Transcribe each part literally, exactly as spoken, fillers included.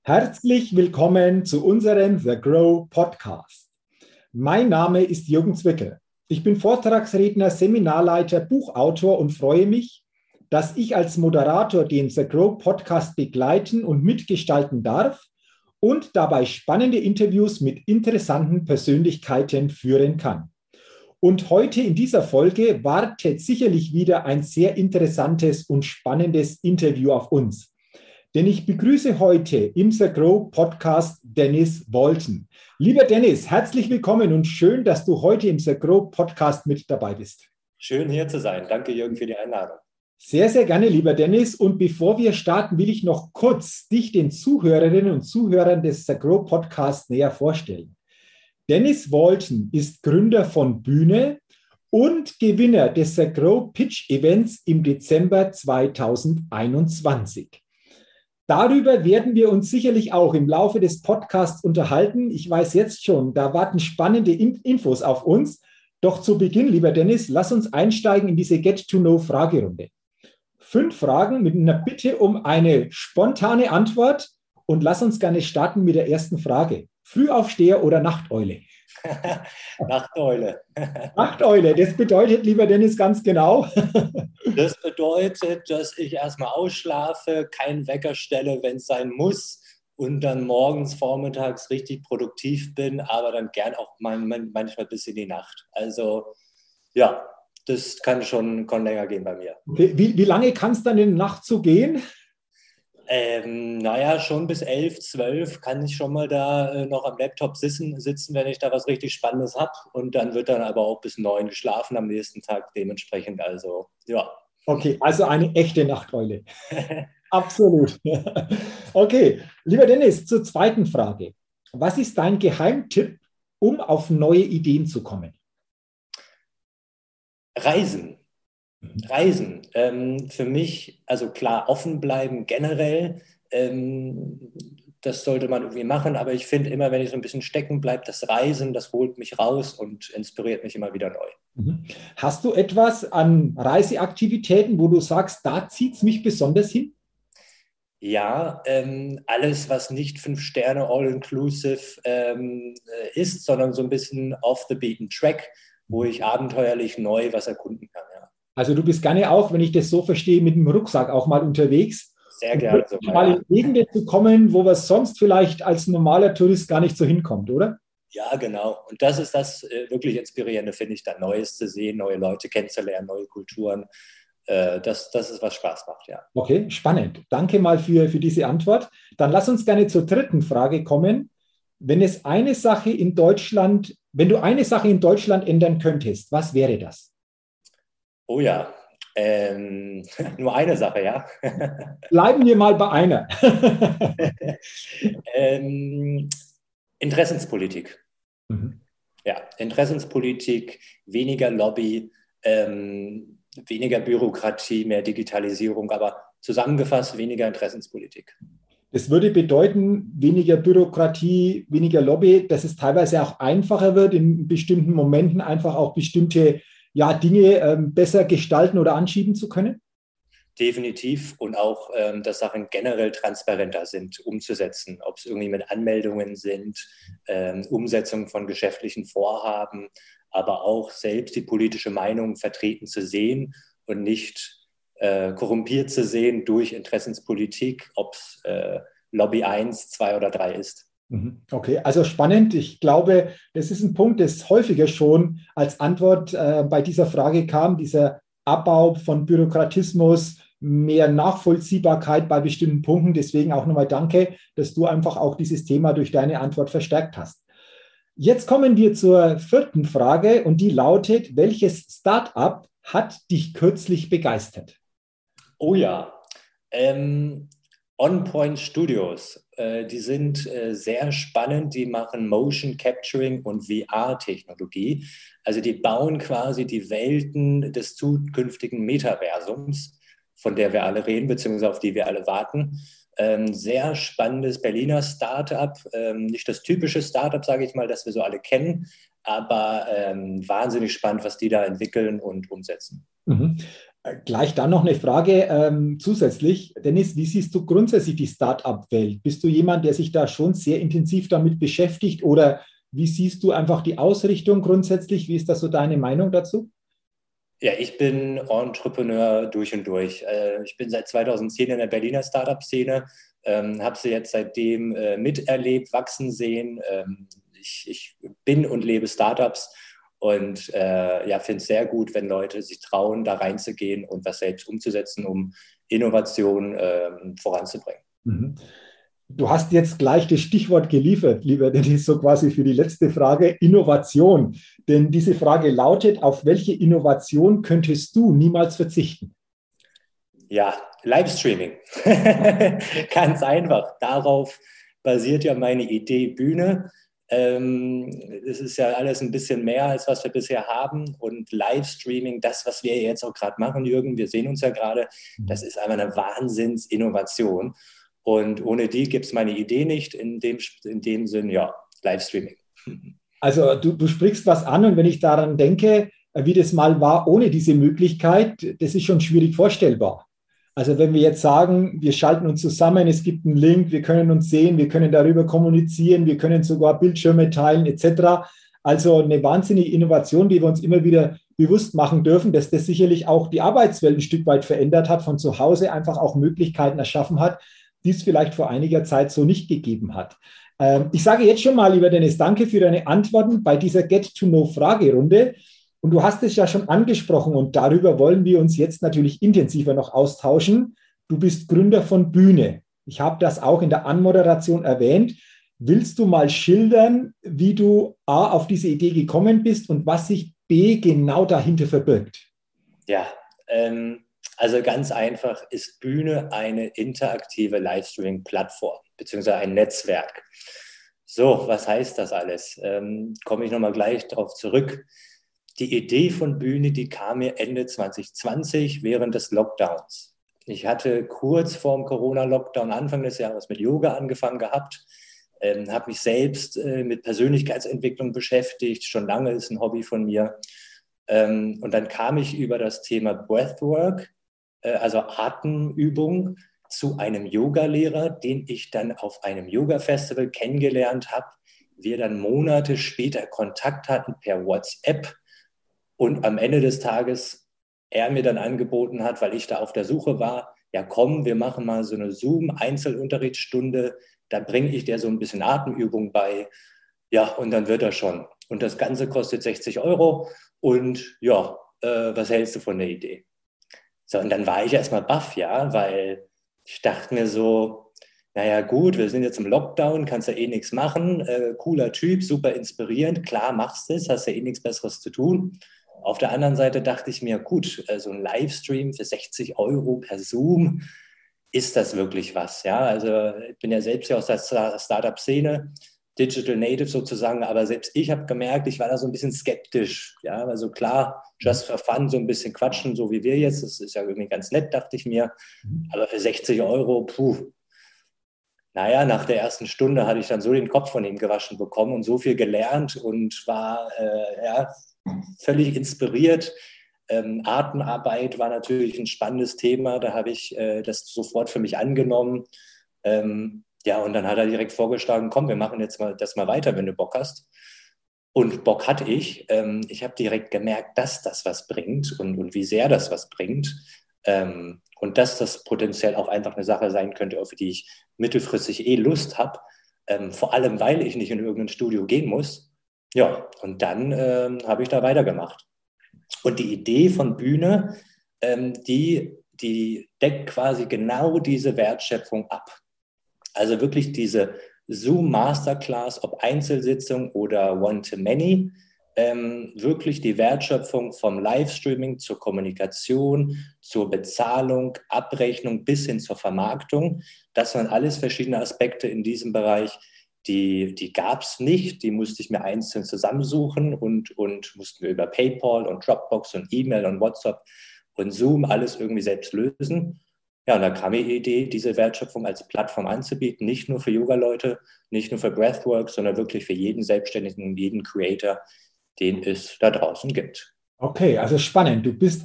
Herzlich willkommen zu unserem The Grow Podcast. Mein Name ist Jürgen Zwickel. Ich bin Vortragsredner, Seminarleiter, Buchautor und freue mich, dass ich als Moderator den The Grow Podcast begleiten und mitgestalten darf und dabei spannende Interviews mit interessanten Persönlichkeiten führen kann. Und heute in dieser Folge wartet sicherlich wieder ein sehr interessantes und spannendes Interview auf uns. Denn ich begrüße heute im The Grow Podcast Dennis Walton. Lieber Dennis, herzlich willkommen und schön, dass du heute im The Grow Podcast mit dabei bist. Schön hier zu sein. Danke, Jürgen, für die Einladung. Sehr, sehr gerne, lieber Dennis. Und bevor wir starten, will ich noch kurz dich den Zuhörerinnen und Zuhörern des The Grow Podcasts näher vorstellen. Dennis Walton ist Gründer von Bühne und Gewinner des The Grow Pitch Events im Dezember zweitausendeinundzwanzig. Darüber werden wir uns sicherlich auch im Laufe des Podcasts unterhalten. Ich weiß jetzt schon, da warten spannende Infos auf uns. Doch zu Beginn, lieber Dennis, lass uns einsteigen in diese Get-to-Know-Fragerunde. Fünf Fragen mit einer Bitte um eine spontane Antwort und lass uns gerne starten mit der ersten Frage. Frühaufsteher oder Nachteule? Nachteule. Nachteule, das bedeutet, lieber Dennis, ganz genau. Das bedeutet, dass ich erstmal ausschlafe, keinen Wecker stelle, wenn es sein muss und dann morgens, vormittags richtig produktiv bin, aber dann gern auch manchmal bis in die Nacht. Also ja, das kann schon kann länger gehen bei mir. Okay. Wie, wie lange kann es dann in der Nacht so gehen? Ähm, naja, schon bis elf, zwölf kann ich schon mal da äh, noch am Laptop sitzen, sitzen, wenn ich da was richtig Spannendes habe. Und dann wird dann aber auch bis neun geschlafen am nächsten Tag dementsprechend. Also, ja. Okay, also eine echte Nachteule. Absolut. Okay, lieber Dennis, zur zweiten Frage. Was ist dein Geheimtipp, um auf neue Ideen zu kommen? Reisen. Reisen. Ähm, für mich, also klar, offen bleiben generell, ähm, das sollte man irgendwie machen, aber ich finde immer, wenn ich so ein bisschen stecken bleibe, das Reisen, das holt mich raus und inspiriert mich immer wieder neu. Hast du etwas an Reiseaktivitäten, wo du sagst, da zieht es mich besonders hin? Ja, ähm, alles, was nicht fünf Sterne All-Inclusive ähm, ist, sondern so ein bisschen off the beaten track, wo ich abenteuerlich neu was erkunden kann. Ja. Also du bist gerne auch, wenn ich das so verstehe, mit dem Rucksack auch mal unterwegs. Sehr gerne. Um mal in Gegenden zu kommen, wo man sonst vielleicht als normaler Tourist gar nicht so hinkommt, oder? Ja, genau. Und das ist das äh, wirklich Inspirierende, finde ich, da Neues zu sehen, neue Leute kennenzulernen, neue Kulturen. Äh, das, das ist, was Spaß macht, ja. Okay, spannend. Danke mal für, für diese Antwort. Dann lass uns gerne zur dritten Frage kommen. Wenn es eine Sache in Deutschland, wenn du eine Sache in Deutschland ändern könntest, was wäre das? Oh ja, ähm, nur eine Sache, ja. Bleiben wir mal bei einer. ähm, Interessenspolitik. Mhm. Ja, Interessenspolitik, weniger Lobby, ähm, weniger Bürokratie, mehr Digitalisierung, aber zusammengefasst weniger Interessenspolitik. Das würde bedeuten, weniger Bürokratie, weniger Lobby, dass es teilweise auch einfacher wird, in bestimmten Momenten einfach auch bestimmte ja, Dinge ähm, besser gestalten oder anschieben zu können? Definitiv. Und auch, ähm, dass Sachen generell transparenter sind, umzusetzen. Ob es irgendwie mit Anmeldungen sind, ähm, Umsetzung von geschäftlichen Vorhaben, aber auch selbst die politische Meinung vertreten zu sehen und nicht äh, korrumpiert zu sehen durch Interessenspolitik, ob es äh, Lobby eins, zwei oder drei ist. Okay, also spannend. Ich glaube, das ist ein Punkt, das häufiger schon als Antwort äh, bei dieser Frage kam, dieser Abbau von Bürokratismus, mehr Nachvollziehbarkeit bei bestimmten Punkten. Deswegen auch nochmal danke, dass du einfach auch dieses Thema durch deine Antwort verstärkt hast. Jetzt kommen wir zur vierten Frage und die lautet, welches Start-up hat dich kürzlich begeistert? Oh ja, ähm, OnPoint Studios, äh, die sind äh, sehr spannend, die machen Motion Capturing und V R-Technologie. Also die bauen quasi die Welten des zukünftigen Metaversums, von der wir alle reden, beziehungsweise auf die wir alle warten. Ähm, sehr spannendes Berliner Startup, ähm, nicht das typische Startup, sage ich mal, das wir so alle kennen, aber ähm, wahnsinnig spannend, was die da entwickeln und umsetzen. Mhm. Gleich dann noch eine Frage ähm, zusätzlich. Dennis, wie siehst du grundsätzlich die Start-up-Welt? Bist du jemand, der sich da schon sehr intensiv damit beschäftigt oder wie siehst du einfach die Ausrichtung grundsätzlich? Wie ist das so deine Meinung dazu? Ja, ich bin Entrepreneur durch und durch. Äh, Ich bin seit zweitausendzehn in der Berliner Startup-Szene, ähm, habe sie jetzt seitdem äh, miterlebt, wachsen sehen. Ähm, ich, ich bin und lebe Startups und äh, ja, finde es sehr gut, wenn Leute sich trauen, da reinzugehen und was selbst umzusetzen, um Innovation ähm, voranzubringen. Mhm. Du hast jetzt gleich das Stichwort geliefert, lieber Dennis, so quasi für die letzte Frage, Innovation. Denn diese Frage lautet, auf welche Innovation könntest du niemals verzichten? Ja, Livestreaming. Ganz einfach. Darauf basiert ja meine Idee Bühne. Ähm, es ist ja alles ein bisschen mehr, als was wir bisher haben. Und Livestreaming, das, was wir jetzt auch gerade machen, Jürgen, wir sehen uns ja gerade, das ist einfach eine Wahnsinnsinnovation. Und ohne die gibt es meine Idee nicht. In dem, in dem Sinn, ja, Livestreaming. Also du, du sprichst was an und wenn ich daran denke, wie das mal war ohne diese Möglichkeit, das ist schon schwierig vorstellbar. Also wenn wir jetzt sagen, wir schalten uns zusammen, es gibt einen Link, wir können uns sehen, wir können darüber kommunizieren, wir können sogar Bildschirme teilen et cetera. Also eine wahnsinnige Innovation, die wir uns immer wieder bewusst machen dürfen, dass das sicherlich auch die Arbeitswelt ein Stück weit verändert hat, von zu Hause einfach auch Möglichkeiten erschaffen hat, die es vielleicht vor einiger Zeit so nicht gegeben hat. Ähm, ich sage jetzt schon mal, lieber Dennis, danke für deine Antworten bei dieser Get-to-Know-Fragerunde. Und du hast es ja schon angesprochen und darüber wollen wir uns jetzt natürlich intensiver noch austauschen. Du bist Gründer von Bühne. Ich habe das auch in der Anmoderation erwähnt. Willst du mal schildern, wie du A, auf diese Idee gekommen bist und was sich B genau dahinter verbirgt? Ja, ähm, also ganz einfach ist Bühne eine interaktive Livestreaming-Plattform beziehungsweise ein Netzwerk. So, was heißt das alles? Ähm, komme ich nochmal gleich darauf zurück. Die Idee von Bühne, die kam mir Ende zwanzig zwanzig während des Lockdowns. Ich hatte kurz vorm Corona-Lockdown Anfang des Jahres mit Yoga angefangen gehabt, ähm, habe mich selbst äh, mit Persönlichkeitsentwicklung beschäftigt, schon lange ist ein Hobby von mir. Ähm, und dann kam ich über das Thema Breathwork, äh, also Atemübung, zu einem Yogalehrer, den ich dann auf einem Yoga-Festival kennengelernt habe. Wir dann Monate später Kontakt hatten per WhatsApp und am Ende des Tages er mir dann angeboten hat, weil ich da auf der Suche war, ja komm, wir machen mal so eine Zoom-Einzelunterrichtsstunde, da bringe ich dir so ein bisschen Atemübung bei, ja, und dann wird er schon. Und das Ganze kostet sechzig Euro und ja, äh, was hältst du von der Idee? So, und dann war ich erstmal baff, ja, weil ich dachte mir so, naja gut, wir sind jetzt im Lockdown, kannst ja eh nichts machen, äh, cooler Typ, super inspirierend, klar machst du es, hast ja eh nichts Besseres zu tun. Auf der anderen Seite dachte ich mir, gut, äh, so ein Livestream für sechzig Euro per Zoom, ist das wirklich was? Ja, also ich bin ja selbst ja aus der Startup-Szene, Digital Native sozusagen, aber selbst ich habe gemerkt, ich war da so ein bisschen skeptisch. Ja, also klar, just for fun, so ein bisschen quatschen, so wie wir jetzt, das ist ja irgendwie ganz nett, dachte ich mir. Aber für sechzig Euro, puh. Naja, nach der ersten Stunde hatte ich dann so den Kopf von ihm gewaschen bekommen und so viel gelernt und war äh, ja, völlig inspiriert. Ähm, Artenarbeit war natürlich ein spannendes Thema, da habe ich äh, das sofort für mich angenommen. Ähm, ja, und dann hat er direkt vorgeschlagen, komm, wir machen jetzt mal das mal weiter, wenn du Bock hast. Und Bock hatte ich. Ähm, ich habe direkt gemerkt, dass das was bringt und, und wie sehr das was bringt. Ähm, und dass das potenziell auch einfach eine Sache sein könnte, auf die ich mittelfristig eh Lust habe. Ähm, vor allem, weil ich nicht in irgendein Studio gehen muss. Ja, und dann ähm, habe ich da weitergemacht. Und die Idee von Bühne, ähm, die, die deckt quasi genau diese Wertschöpfung ab. Also wirklich diese Zoom Masterclass, ob Einzelsitzung oder One-to-Many, ähm, wirklich die Wertschöpfung vom Livestreaming zur Kommunikation, zur Bezahlung, Abrechnung bis hin zur Vermarktung. Das waren alles verschiedene Aspekte in diesem Bereich. Die, die gab es nicht, die musste ich mir einzeln zusammensuchen und, und mussten wir über PayPal und Dropbox und E-Mail und WhatsApp und Zoom alles irgendwie selbst lösen. Ja, und da kam die Idee, diese Wertschöpfung als Plattform anzubieten, nicht nur für Yoga-Leute, nicht nur für Breathwork, sondern wirklich für jeden Selbstständigen und jeden Creator, den es da draußen gibt. Okay, also spannend. Du bist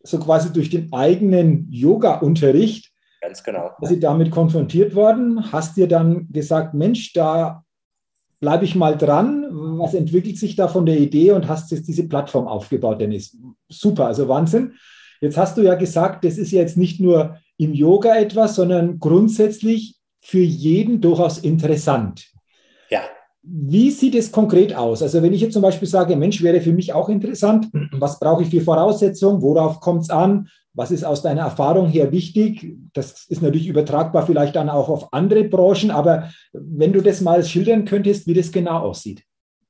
so quasi durch den eigenen Yoga-Unterricht, ganz genau, quasi damit konfrontiert worden, hast dir dann gesagt, Mensch, da bleibe ich mal dran, was entwickelt sich da von der Idee und hast jetzt diese Plattform aufgebaut, Dennis. Super, also Wahnsinn. Jetzt hast du ja gesagt, das ist ja jetzt nicht nur im Yoga etwas, sondern grundsätzlich für jeden durchaus interessant. ja. Wie sieht es konkret aus? Also wenn ich jetzt zum Beispiel sage, Mensch, wäre für mich auch interessant, was brauche ich für Voraussetzungen, worauf kommt es an, was ist aus deiner Erfahrung her wichtig? Das ist natürlich übertragbar vielleicht dann auch auf andere Branchen, aber wenn du das mal schildern könntest, wie das genau aussieht.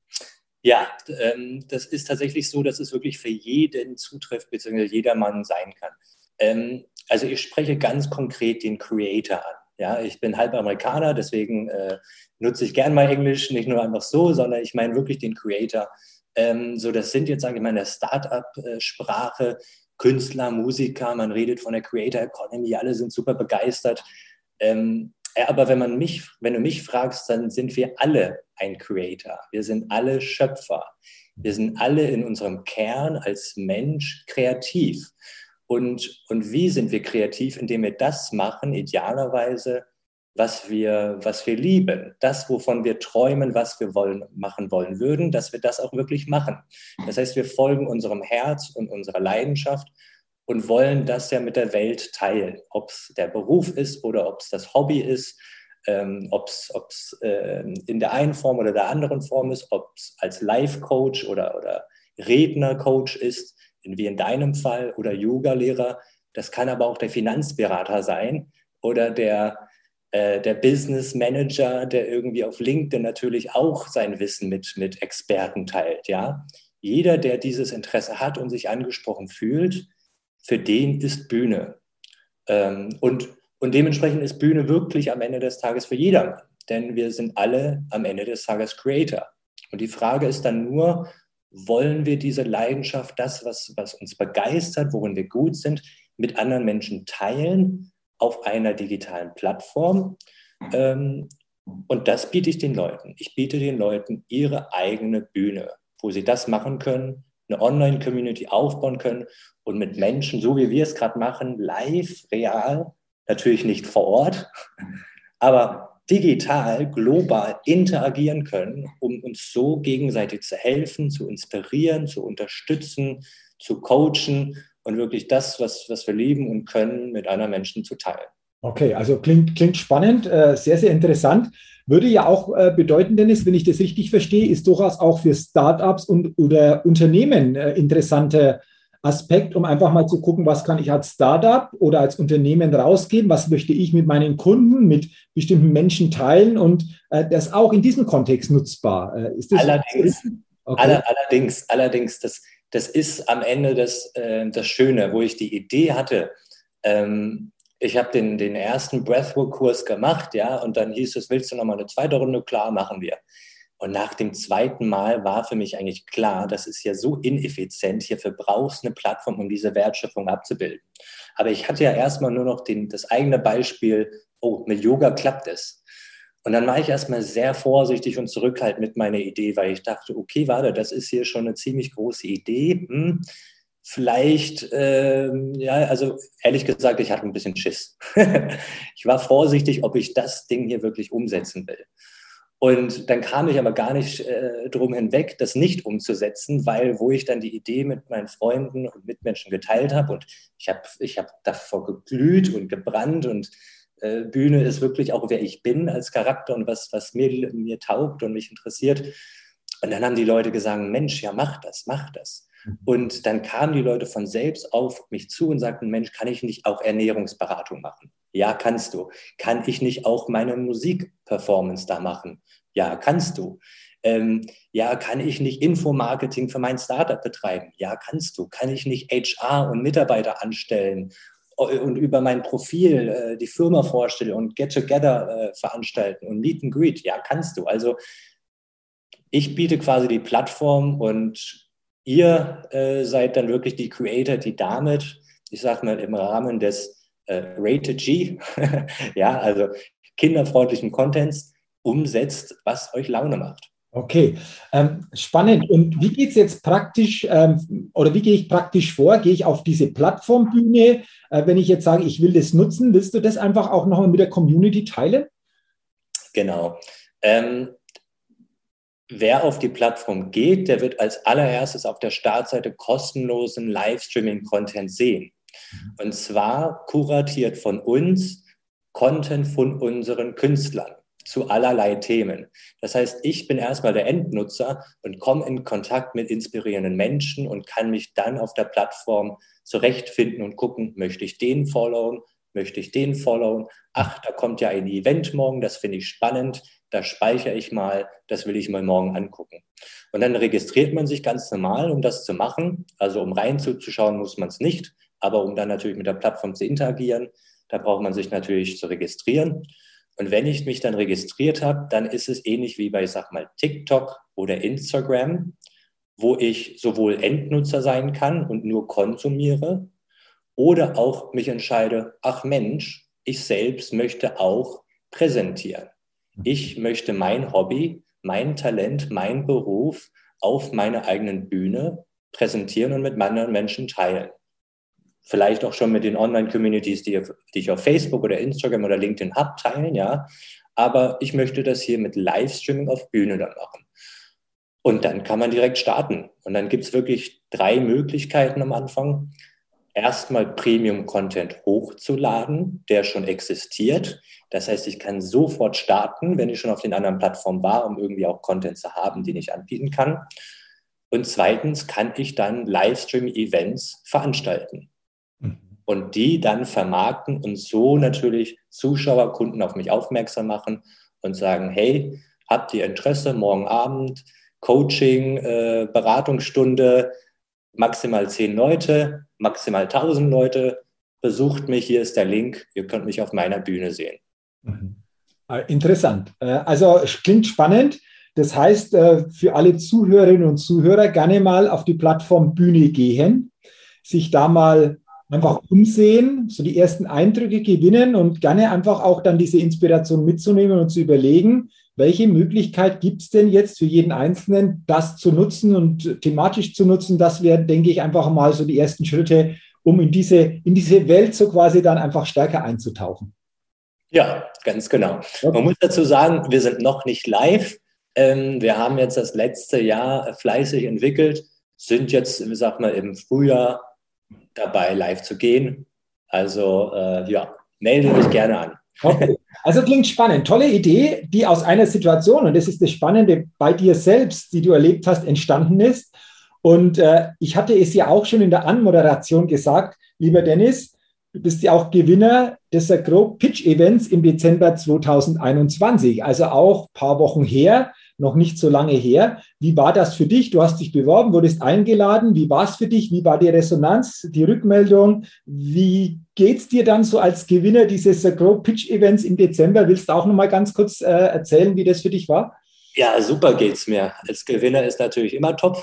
Ja, ähm, das ist tatsächlich so, dass es wirklich für jeden zutrifft, beziehungsweise jedermann sein kann. Ähm, also ich spreche ganz konkret den Creator an. Ja, ich bin halb Amerikaner, deswegen äh, nutze ich gern mal Englisch, nicht nur einfach so, sondern ich meine wirklich den Creator. Ähm, so, das sind jetzt, sage ich mal, in der Start-up-Sprache Künstler, Musiker, man redet von der Creator Economy, alle sind super begeistert. Ähm, ja, aber wenn man mich, wenn du mich fragst, dann sind wir alle ein Creator. Wir sind alle Schöpfer. Wir sind alle in unserem Kern als Mensch kreativ. Und, und wie sind wir kreativ? Indem wir das machen, idealerweise, was wir, was wir lieben. Das, wovon wir träumen, was wir wollen, machen wollen würden, dass wir das auch wirklich machen. Das heißt, wir folgen unserem Herz und unserer Leidenschaft und wollen das ja mit der Welt teilen. Ob es der Beruf ist oder ob es das Hobby ist, ähm, ob es äh, in der einen Form oder der anderen Form ist, ob es als Life-Coach oder, oder Redner-Coach ist, wie in deinem Fall, oder Yoga-Lehrer. Das kann aber auch der Finanzberater sein oder der, äh, der Business Manager, der irgendwie auf LinkedIn natürlich auch sein Wissen mit, mit Experten teilt. Ja? Jeder, der dieses Interesse hat und sich angesprochen fühlt, für den ist Bühne. Ähm, und, und dementsprechend ist Bühne wirklich am Ende des Tages für jedermann. Denn wir sind alle am Ende des Tages Creator. Und die Frage ist dann nur, wollen wir diese Leidenschaft, das, was, was uns begeistert, worin wir gut sind, mit anderen Menschen teilen auf einer digitalen Plattform? Ähm, und das biete ich den Leuten. Ich biete den Leuten ihre eigene Bühne, wo sie das machen können, eine Online-Community aufbauen können und mit Menschen, so wie wir es gerade machen, live, real, natürlich nicht vor Ort, aber digital, global interagieren können, um uns so gegenseitig zu helfen, zu inspirieren, zu unterstützen, zu coachen und wirklich das, was, was wir lieben und können, mit anderen Menschen zu teilen. Okay, also klingt, klingt spannend, äh, sehr, sehr interessant. Würde ja auch äh, bedeuten, Dennis, wenn ich das richtig verstehe, ist durchaus auch für Startups und oder Unternehmen äh, interessanter Aspekt, um einfach mal zu gucken, was kann ich als Startup oder als Unternehmen rausgeben, was möchte ich mit meinen Kunden, mit bestimmten Menschen teilen und äh, das auch in diesem Kontext nutzbar. Äh, ist das allerdings, okay? aller, allerdings, allerdings, das, das ist am Ende das, äh, das Schöne, wo ich die Idee hatte. Ähm, ich habe den, den ersten Breathwork-Kurs gemacht, ja, und dann hieß es, willst du noch mal eine zweite Runde? Klar, machen wir. Und nach dem zweiten Mal war für mich eigentlich klar, das ist ja so ineffizient, hierfür brauchst du eine Plattform, um diese Wertschöpfung abzubilden. Aber ich hatte ja erstmal nur noch den, das eigene Beispiel, oh, mit Yoga klappt es. Und dann war ich erstmal sehr vorsichtig und zurückhaltend mit meiner Idee, weil ich dachte, okay, warte, das ist hier schon eine ziemlich große Idee. Hm, vielleicht, ähm, ja, also ehrlich gesagt, ich hatte ein bisschen Schiss. Ich war vorsichtig, ob ich das Ding hier wirklich umsetzen will. Und dann kam ich aber gar nicht äh, drum hinweg, das nicht umzusetzen, weil wo ich dann die Idee mit meinen Freunden und Mitmenschen geteilt habe und ich habe ich hab davor geglüht und gebrannt und äh, Bühne ist wirklich auch, wer ich bin als Charakter und was, was mir, mir taugt und mich interessiert. Und dann haben die Leute gesagt, Mensch, ja, mach das, mach das. Und dann kamen die Leute von selbst auf mich zu und sagten, Mensch, kann ich nicht auch Ernährungsberatung machen? Ja, kannst du. Kann ich nicht auch meine Musikperformance da machen? Ja, kannst du. Ähm, ja, kann ich nicht Infomarketing für mein Startup betreiben? Ja, kannst du. Kann ich nicht H R und Mitarbeiter anstellen und über mein Profil äh, die Firma vorstellen und Get-Together äh, veranstalten und Meet and Greet? Ja, kannst du. Also ich biete quasi die Plattform und ihr äh, seid dann wirklich die Creator, die damit, ich sag mal, im Rahmen des äh, Rated G, ja, also kinderfreundlichen Contents umsetzt, was euch Laune macht. Okay, ähm, spannend. Und wie geht es jetzt praktisch ähm, oder wie gehe ich praktisch vor? Gehe ich auf diese Plattformbühne? Äh, wenn ich jetzt sage, ich will das nutzen, willst du das einfach auch nochmal mit der Community teilen? Genau. Ähm, Wer auf die Plattform geht, der wird als allererstes auf der Startseite kostenlosen Livestreaming-Content sehen. Und zwar kuratiert von uns Content von unseren Künstlern zu allerlei Themen. Das heißt, ich bin erstmal der Endnutzer und komme in Kontakt mit inspirierenden Menschen und kann mich dann auf der Plattform zurechtfinden und gucken, möchte ich den followen, möchte ich den followen. Ach, da kommt ja ein Event morgen, das finde ich spannend, das speichere ich mal, das will ich mal morgen angucken. Und dann registriert man sich ganz normal, um das zu machen. Also um reinzuschauen muss man es nicht, aber um dann natürlich mit der Plattform zu interagieren, da braucht man sich natürlich zu registrieren. Und wenn ich mich dann registriert habe, dann ist es ähnlich wie bei, ich sag mal, TikTok oder Instagram, wo ich sowohl Endnutzer sein kann und nur konsumiere oder auch mich entscheide, ach Mensch, ich selbst möchte auch präsentieren. Ich möchte mein Hobby, mein Talent, mein Beruf auf meiner eigenen Bühne präsentieren und mit anderen Menschen teilen. Vielleicht auch schon mit den Online-Communities, die, die ich auf Facebook oder Instagram oder LinkedIn habe, teilen, ja. Aber ich möchte das hier mit Livestreaming auf Bühne dann machen. Und dann kann man direkt starten. Und dann gibt es wirklich drei Möglichkeiten am Anfang. Erstmal Premium-Content hochzuladen, der schon existiert. Das heißt, ich kann sofort starten, wenn ich schon auf den anderen Plattformen war, um irgendwie auch Content zu haben, den ich anbieten kann. Und zweitens kann ich dann Livestream-Events veranstalten und die dann vermarkten und so natürlich Zuschauer, Kunden auf mich aufmerksam machen und sagen, hey, habt ihr Interesse, morgen Abend, Coaching, äh, Beratungsstunde, maximal zehn Leute, maximal tausend Leute, besucht mich, hier ist der Link, ihr könnt mich auf meiner Bühne sehen. Mhm. Interessant. Also klingt spannend. Das heißt, für alle Zuhörerinnen und Zuhörer gerne mal auf die Plattform Bühne gehen, sich da mal einfach umsehen, so die ersten Eindrücke gewinnen und gerne einfach auch dann diese Inspiration mitzunehmen und zu überlegen, welche Möglichkeit gibt es denn jetzt für jeden Einzelnen, das zu nutzen und thematisch zu nutzen. Das wären, denke ich, einfach mal so die ersten Schritte, um in diese, in diese Welt so quasi dann einfach stärker einzutauchen. Ja, ganz genau. Man muss dazu sagen, wir sind noch nicht live. Ähm, wir haben jetzt das letzte Jahr fleißig entwickelt, sind jetzt, ich sag mal, im Frühjahr dabei, live zu gehen. Also äh, ja, meldet euch gerne an. Okay. Also klingt spannend. Tolle Idee, die aus einer Situation, und das ist das Spannende, bei dir selbst, die du erlebt hast, entstanden ist. Und äh, ich hatte es ja auch schon in der Anmoderation gesagt, lieber Dennis, du bist ja auch Gewinner des Grow Pitch Events im Dezember zweitausendeinundzwanzig, also auch ein paar Wochen her, noch nicht so lange her. Wie war das für dich? Du hast dich beworben, wurdest eingeladen. Wie war es für dich? Wie war die Resonanz, die Rückmeldung? Wie geht es dir dann so als Gewinner dieses Grow Pitch Events im Dezember? Willst du auch noch mal ganz kurz äh, erzählen, wie das für dich war? Ja, super geht's mir. Als Gewinner ist natürlich immer top.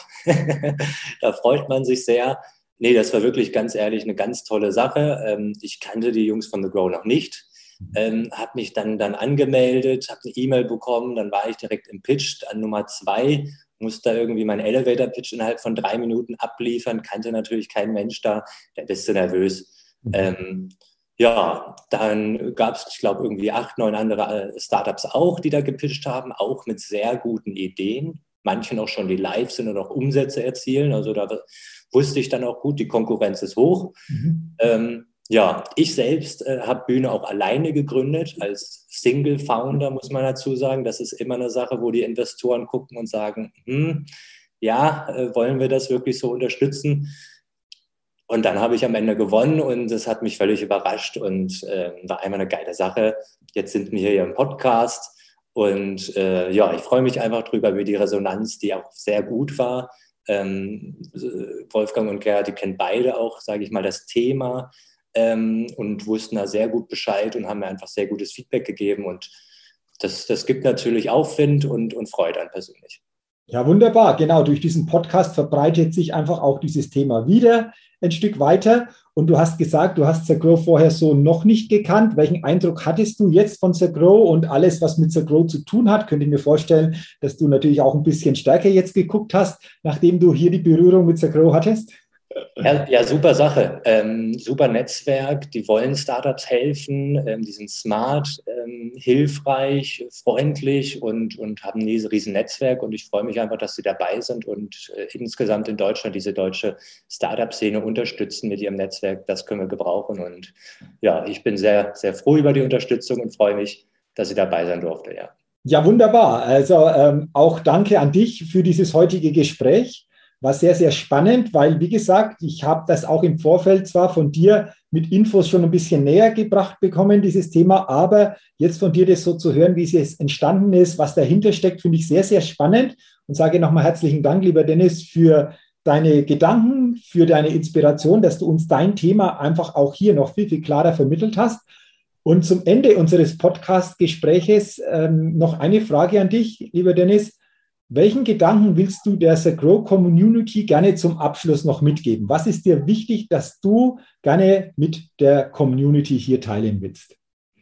Da freut man sich sehr. Nee, das war wirklich ganz ehrlich eine ganz tolle Sache. Ähm, ich kannte die Jungs von The Grow noch nicht. Ähm, habe mich dann, dann angemeldet, habe eine E-Mail bekommen, dann war ich direkt im Pitch an Nummer zwei, musste da irgendwie meinen Elevator-Pitch innerhalb von drei Minuten abliefern, kannte natürlich kein Mensch da, da bist du nervös. Mhm. Ähm, ja, dann gab es, ich glaube, irgendwie acht, neun andere Startups auch, die da gepitcht haben, auch mit sehr guten Ideen. Manche noch schon, die live sind und auch Umsätze erzielen. Also da wusste ich dann auch gut, die Konkurrenz ist hoch. Mhm. Ähm, ja, ich selbst äh, habe Bühne auch alleine gegründet, als Single-Founder, muss man dazu sagen. Das ist immer eine Sache, wo die Investoren gucken und sagen, hm, ja, äh, wollen wir das wirklich so unterstützen? Und dann habe ich am Ende gewonnen und das hat mich völlig überrascht und äh, war einmal eine geile Sache. Jetzt sind wir hier im Podcast und äh, ja, ich freue mich einfach drüber, über die Resonanz, die auch sehr gut war. Ähm, Wolfgang und Gerhard, die kennen beide auch, sage ich mal, das Thema ähm, und wussten da sehr gut Bescheid und haben mir einfach sehr gutes Feedback gegeben und das, das gibt natürlich Aufwind und, und Freude an persönlich. Ja, wunderbar. Genau, durch diesen Podcast verbreitet sich einfach auch dieses Thema wieder ein Stück weiter. Und du hast gesagt, du hast TheGrow vorher so noch nicht gekannt. Welchen Eindruck hattest du jetzt von TheGrow und alles, was mit TheGrow zu tun hat? Könnte ich mir vorstellen, dass du natürlich auch ein bisschen stärker jetzt geguckt hast, nachdem du hier die Berührung mit TheGrow hattest? Ja, ja, super Sache. Ähm, super Netzwerk. Die wollen Startups helfen. Ähm, die sind smart, ähm, hilfreich, freundlich und, und haben ein riesen Netzwerk. Und ich freue mich einfach, dass sie dabei sind und äh, insgesamt in Deutschland diese deutsche Startup-Szene unterstützen mit ihrem Netzwerk. Das können wir gebrauchen. Und ja, ich bin sehr, sehr froh über die Unterstützung und freue mich, dass ich dabei sein durfte. Ja, ja, wunderbar. Also ähm, auch danke an dich für dieses heutige Gespräch. War sehr, sehr spannend, weil, wie gesagt, ich habe das auch im Vorfeld zwar von dir mit Infos schon ein bisschen näher gebracht bekommen, dieses Thema, aber jetzt von dir das so zu hören, wie es entstanden ist, was dahinter steckt, finde ich sehr, sehr spannend und sage nochmal herzlichen Dank, lieber Dennis, für deine Gedanken, für deine Inspiration, dass du uns dein Thema einfach auch hier noch viel, viel klarer vermittelt hast. Und zum Ende unseres Podcast-Gespräches ähm, noch eine Frage an dich, lieber Dennis. Welchen Gedanken willst du der TheGrow Community gerne zum Abschluss noch mitgeben? Was ist dir wichtig, dass du gerne mit der Community hier teilen willst?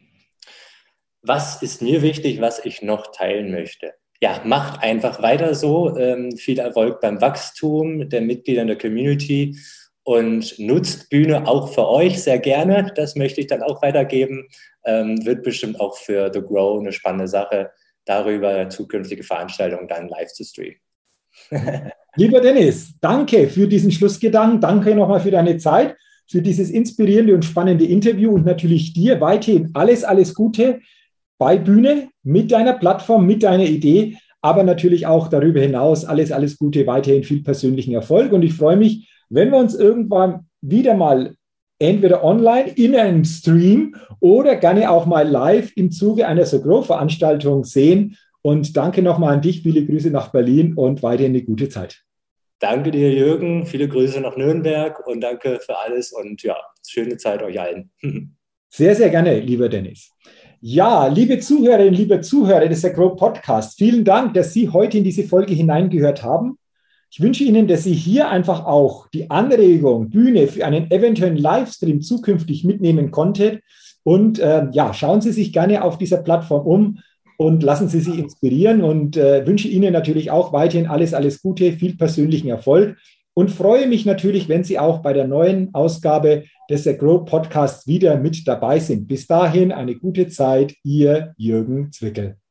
Was ist mir wichtig, was ich noch teilen möchte? Ja, macht einfach weiter so. Ähm, viel Erfolg beim Wachstum der Mitglieder in der Community und nutzt Bühne auch für euch sehr gerne. Das möchte ich dann auch weitergeben. Ähm, wird bestimmt auch für TheGrow eine spannende Sache, darüber zukünftige Veranstaltungen dann live zu streamen. Lieber Dennis, danke für diesen Schlussgedanken. Danke nochmal für deine Zeit, für dieses inspirierende und spannende Interview und natürlich dir weiterhin alles, alles Gute bei Bühne mit deiner Plattform, mit deiner Idee, aber natürlich auch darüber hinaus alles, alles Gute, weiterhin viel persönlichen Erfolg. Und ich freue mich, wenn wir uns irgendwann wieder mal entweder online in einem Stream oder gerne auch mal live im Zuge einer TheGrow-Veranstaltung sehen. Und danke nochmal an dich, viele Grüße nach Berlin und weiterhin eine gute Zeit. Danke dir, Jürgen, viele Grüße nach Nürnberg und danke für alles und ja, schöne Zeit euch allen. Sehr, sehr gerne, lieber Dennis. Ja, liebe Zuhörerinnen, liebe Zuhörer des TheGrow Podcast, vielen Dank, dass Sie heute in diese Folge hineingehört haben. Ich wünsche Ihnen, dass Sie hier einfach auch die Anregung, Bühne für einen eventuellen Livestream zukünftig mitnehmen konnten. Und äh, ja, schauen Sie sich gerne auf dieser Plattform um und lassen Sie sich inspirieren und äh, wünsche Ihnen natürlich auch weiterhin alles, alles Gute, viel persönlichen Erfolg und freue mich natürlich, wenn Sie auch bei der neuen Ausgabe des TheGrow Podcasts wieder mit dabei sind. Bis dahin eine gute Zeit, Ihr Jürgen Zwickel.